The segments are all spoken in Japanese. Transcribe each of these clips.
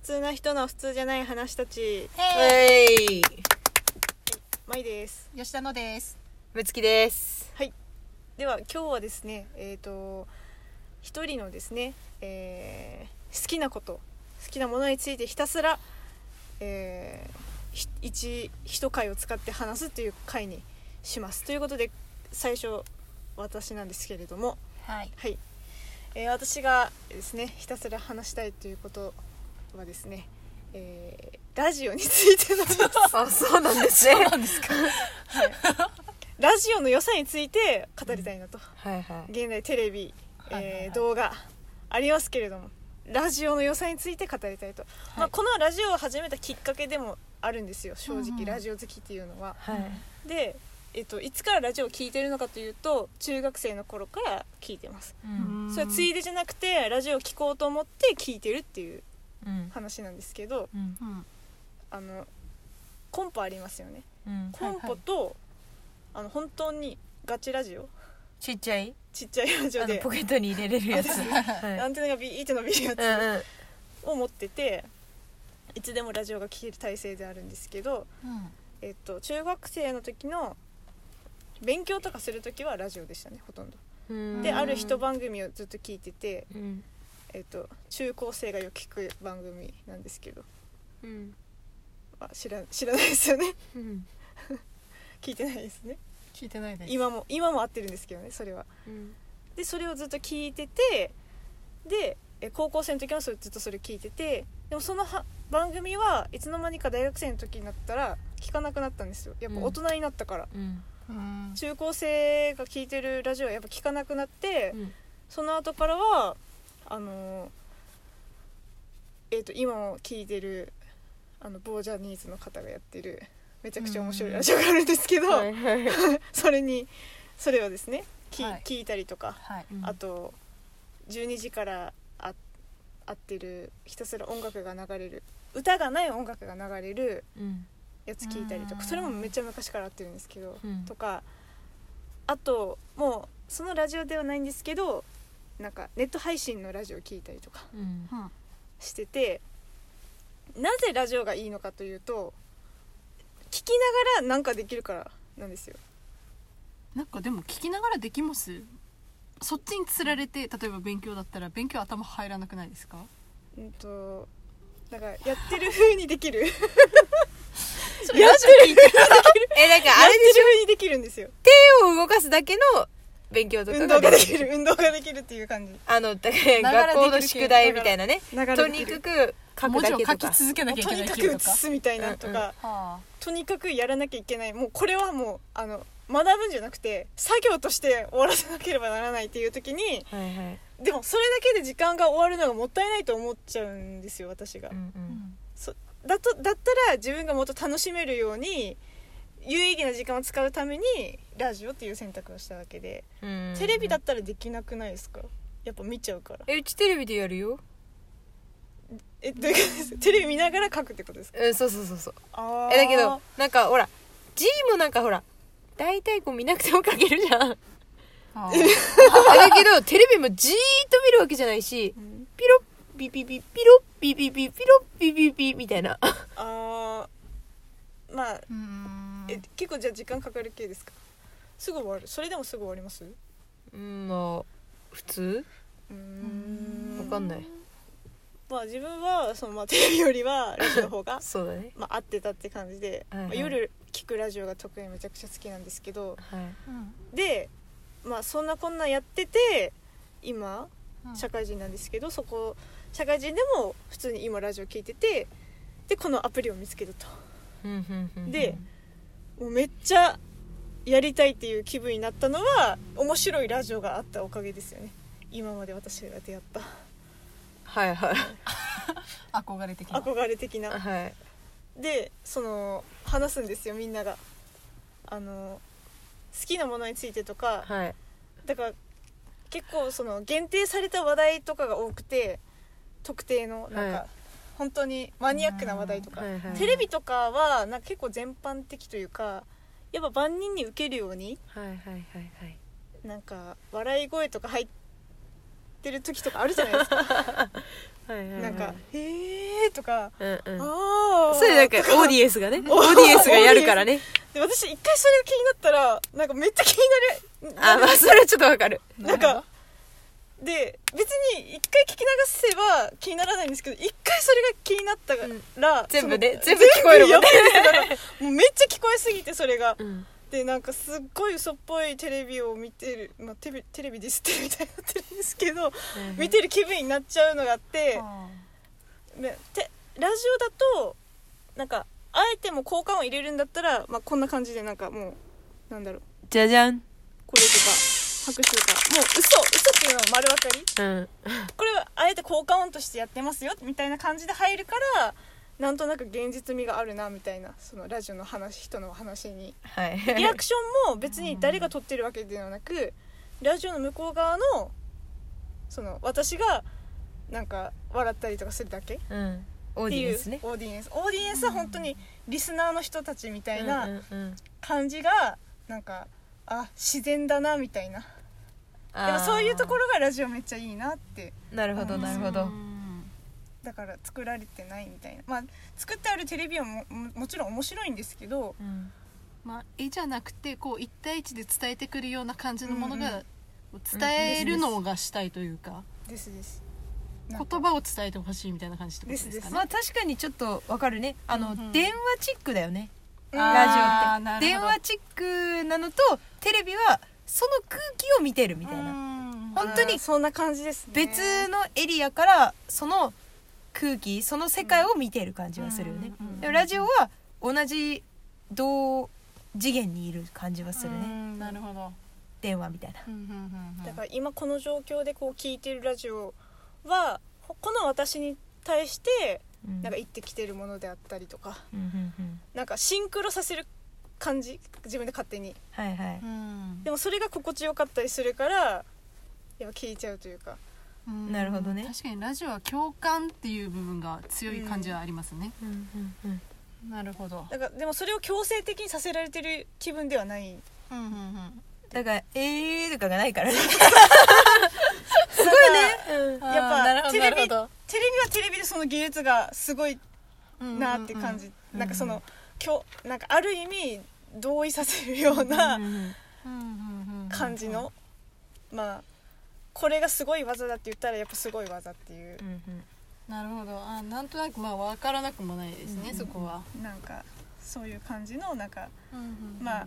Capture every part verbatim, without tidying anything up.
普通な人の普通じゃない話たち。 へい、 まいです。 吉田のです。 むつきです。 はい。では今日はですね、えっと一人のですね、えー、好きなこと好きなものについてひたすら、えー、一一回を使って話すという回にしますということで、最初私なんですけれども、 はい、 はい、えー、私がですねひたすら話したいということはですね、えー、ラジオについてなんです。 あ、そうなんですね。 そうなんですか。はい。 ラジオの良さについて語りたいなと、 うんはいはい、 現代テレビ、えーはいはいはい、 動画ありますけれども、ラジオの良さについて語りたいと、はいまあ、このラジオを始めたきっかけでもあるんですよ、正直、うんうん、ラジオ好きっていうのは、 はい、 で、えっと、いつからラジオを聞いてるのかというと、中学生の頃から聞いてます、うん、それはついでじゃなくてラジオを聞こうと思って聞いてるっていう話なんですけど、うんうん、あのコンポありますよね、うん、コンポと、はいはい、あの本当にガチラジオ、 ちっちゃいちっちゃいラジオでポケットに入れれるやつ、 はい、アンテナがビーって伸びるやつを持ってて、いつでもラジオが聴ける体制であるんですけど、うん、えっと、中学生の時の勉強とかする時はラジオでしたね、ほとんど。で、ある一番組をずっと聞いてて、うん、えっと、中高生がよく聞く番組なんですけど、うん、あ、知ら、知らないですよね、うん、聞いてないですね。 聞いてないです。 今も今も合ってるんですけどね、それは、うん、でそれをずっと聞いてて、で高校生の時もそれずっとそれ聞いてて、でもそのは番組はいつの間にか大学生の時になったら聞かなくなったんですよ、やっぱ大人になったから、うんうん、中高生が聞いてるラジオはやっぱ聞かなくなって、うん、その後からはあのえーと今も聞いてるあの某ジャニーズの方がやってるめちゃくちゃ面白いラジオがあるんですけど、はいはい、それにそれをですね、き、はい、聞いたりとか、はい、あとじゅうにじからあ合ってるひたすら音楽が流れる、歌がない音楽が流れるやつ聞いたりとか、それもめっちゃ昔から合ってるんですけど、うん、とか、あともうそのラジオではないんですけど、なんかネット配信のラジオ聞いたりとかしてて、うん、なぜラジオがいいのかというと、聞きながらなんかできるからなんですよ。 なんかでも聞きながらできます？そっちにつられて、例えば勉強だったら勉強頭入らなくないですか？ うんとなんかやってる風にできるそれラジオ聞いてるえ、なんかあれでしょ、 風にできるんですよ。 手を動かすだけの勉強とかができる、運動ができるっていう感じ。 あのだから学校の宿題みたいなね、とにかく書くだけとか、 書き続けなきゃいけないとにかく写すみたいなとか、うんうん、はあ、とにかくやらなきゃいけない、もうこれはもうあの学ぶんじゃなくて作業として終わらせなければならないっていう時に、はいはい、でもそれだけで時間が終わるのがもったいないと思っちゃうんですよ、私が、うんうん、そだとだったら自分がもっと楽しめるように有意義な時間を使うためにラジオっていう選択をしたわけで、うんうん、テレビだったらできなくないですか？やっぱ見ちゃうから。 え、うちテレビでやるよ。 え、どういうことですか？テレビ見ながら書くってことですか？ うん、そうそうそうそう。あえだけどなんかほら G もなんかほら大体こう見なくても書けるじゃん。あだけどテレビもじーっと見るわけじゃないし、うん、ピロッピピピピロッピピピピロッピピピみたいな。あまあえ結構じゃあ時間かかる系ですか？すぐ終わる？それでもすぐ終わります？ うんまあ普通？うーん分かんない。 まあ自分はそのまあテレビよりはラジオの方がそうだね、 まあ合ってたって感じで、はいはい、まあ、夜聞くラジオが特にめちゃくちゃ好きなんですけど、はい、でまあそんなこんなやってて今社会人なんですけど、そこ社会人でも普通に今ラジオ聞いてて、でこのアプリを見つけたと、でもうめっちゃやりたいっていう気分になったのは面白いラジオがあったおかげですよね。今まで私が出会ったはいはい憧れ的な憧れ的な、はい、でその話すんですよ、みんながあの好きなものについてとか、はい、だから結構その限定された話題とかが多くて、特定のなんか、はい、本当にマニアックな話題とか、はいはい、テレビとかはなんか結構全般的というか、やっぱ万人に受けるように、はいはいはいはい、なんか笑い声とか入ってる時とかあるじゃないですかははいはいはい、 なんか「へー」とか「 うんうん、 あー」 それなんかオーディエンスがねオーディエンスがやるからねで私一回それが気になったらなんかめっちゃ気になるあまあそれはちょっとわかるなんかで別に一回聞き流せば気にならないんですけど一回それが気になったら、うん、 全部ね全部聞こえるもんねもうめっちゃ聞こえすぎてそれが、 うん、でなんかすっごい嘘っぽいテレビを見てる、まあ、テレテレビディスってるみたいになってるんですけど、うん、見てる気分になっちゃうのがあって、うん、てラジオだとなんかあえても効果音入れるんだったら、まあ、こんな感じでなんかもうなんだろうじゃじゃんこれとか拍手とかもう嘘嘘っていうのは丸分かり、 うん、 これはあえて効果音としてやってますよみたいな感じで入るからなんとなく現実味があるなみたいなそのラジオの話人の話に、 はい、 リアクションも別に誰が撮ってるわけではなくラジオの向こう側のその私がなんか笑ったりとかするだけ、 うん、オーディエンスねオーディエンスオーディエンスは本当にリスナーの人たちみたいな感じがなんかあ自然だなみたいなでもそういうところがラジオめっちゃいいなってなるほどなるほどだから作られてないみたいなまあ作ってあるテレビは も, もちろん面白いんですけど、 うん、まあ絵じゃなくてこう一対一で伝えてくるような感じのものが伝えるのがしたいというかですです言葉を伝えてほしいみたいな感じってことですかね。 ですまあ確かにちょっとわかるねあの、うん、電話チックだよねラジオって電話チックなのとテレビはその空気を見てるみたいな本当にそんな感じですね別のエリアからその空気その世界を見てる感じはするよね、うんうんうん、でもラジオは同じ同次元にいる感じはするね、うん、 なるほど電話みたいな、 うんうんうんうん、だから今この状況でこう聞いてるラジオはこの私に対してなんか言ってきてるものであったりとか、うんうんうん、なんかシンクロさせる感じ自分で勝手に、 はいはい、 うん、でもそれが心地よかったりするからやっぱ聞いちゃうというか、 うん、なるほどね確かにラジオは共感っていう部分が強い感じはありますね、 うんうんうんうん、なるほどだからでもそれを強制的にさせられてる気分ではない、 うんうんうん、だからえーとかがないからねすごいね、 うん、やっぱテレビ、テレビはテレビでその技術がすごいなって感じ、うんうんうん、なんかその今日なんかある意味同意させるような感じのまあこれがすごい技だって言ったらやっぱすごい技っていう、うんうん、 なるほどあなんとなくまあ分からなくもないですね、うんうん、そこはなんかそういう感じのなんか、うんうんうん、まあ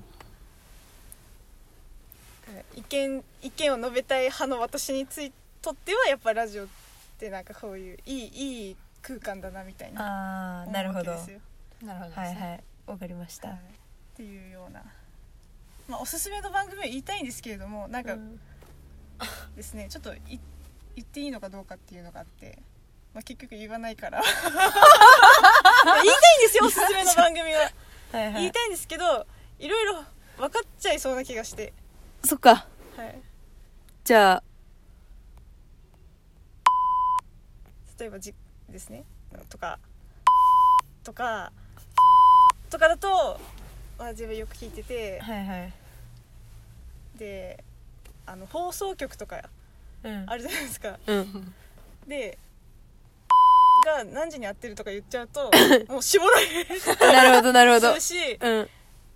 意見意見を述べたい派の私についとってはやっぱラジオってなんかこういういいいい空間だなみたいなあーなるほどなるほど、ね、 はいはいわかりました、はい、 っていうような、まあ、おすすめの番組は言いたいんですけれどもなんか、うん、ですねちょっとい言っていいのかどうかっていうのがあって、まあ、結局言わないから言いたいんですよおすすめの番組ははい、はい、言いたいんですけどいろいろ分かっちゃいそうな気がしてそっか、 はい、 じゃあ例えばじですねとかとかとかだと、まあ、自分よく聞いてて、 はいはい、 であの放送局とかあるじゃないですか、 うん、 でが何時にやってるとか言っちゃうともう絞られるなるほどなるほどし、 うん、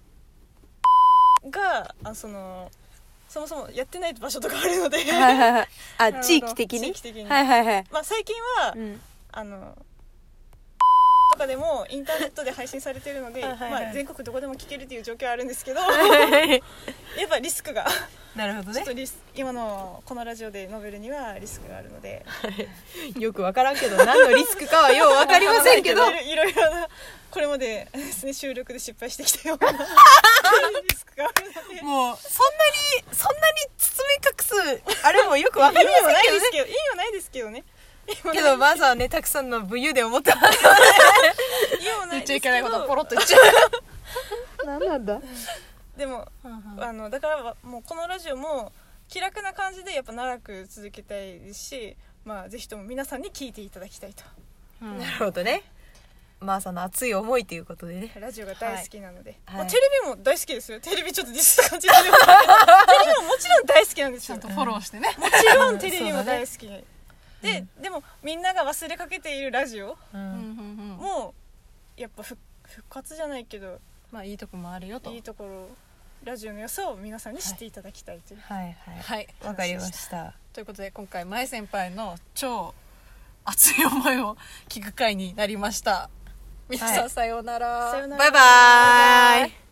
があそのそもそもやってない場所とかあるのではいはいはいあ地域的に地域的にはいはいはいまあ最近は、うん、あのとかでもインターネットで配信されてるのではいはい、はいまあ、全国どこでも聞けるっていう状況はあるんですけどやっぱリスクがなるほどねちょっとリス今のこのラジオで述べるにはリスクがあるのでよく分からんけど何のリスクかはよう分かりませんけどいろいろなこれまでですね収録で失敗してきたようなリスクがあるのでもうそんなにそんなに包み隠すあれもよく分かりませんけどね意味はないですけどねけどまずはねたくさんの武勇伝を持ってますよね言っちゃいけないことポロッと言っちゃう何なんだでも、うんうん、あのだからもうこのラジオも気楽な感じでやっぱ長く続けたいですし、まあ、ぜひとも皆さんに聞いていただきたいと、 うん、なるほどねまあその熱い思いということでねラジオが大好きなので、 はいまあ、テレビも大好きですよテレビちょっとディスった感じでテレビももちろん大好きなんですよちゃんとフォローしてねもちろんテレビも大好き、ね、 で、うん、でもみんなが忘れかけているラジオもやっぱ復活じゃないけど、 まあいいとこもあるよと、 いいところ、ラジオの良さを皆さんに知っていただきたいという、 はいはいはい、わかりました。 ということで今回まえ先輩の超熱い思いを聞く回になりました。皆さん、はい、さようなら。 バイバーイ。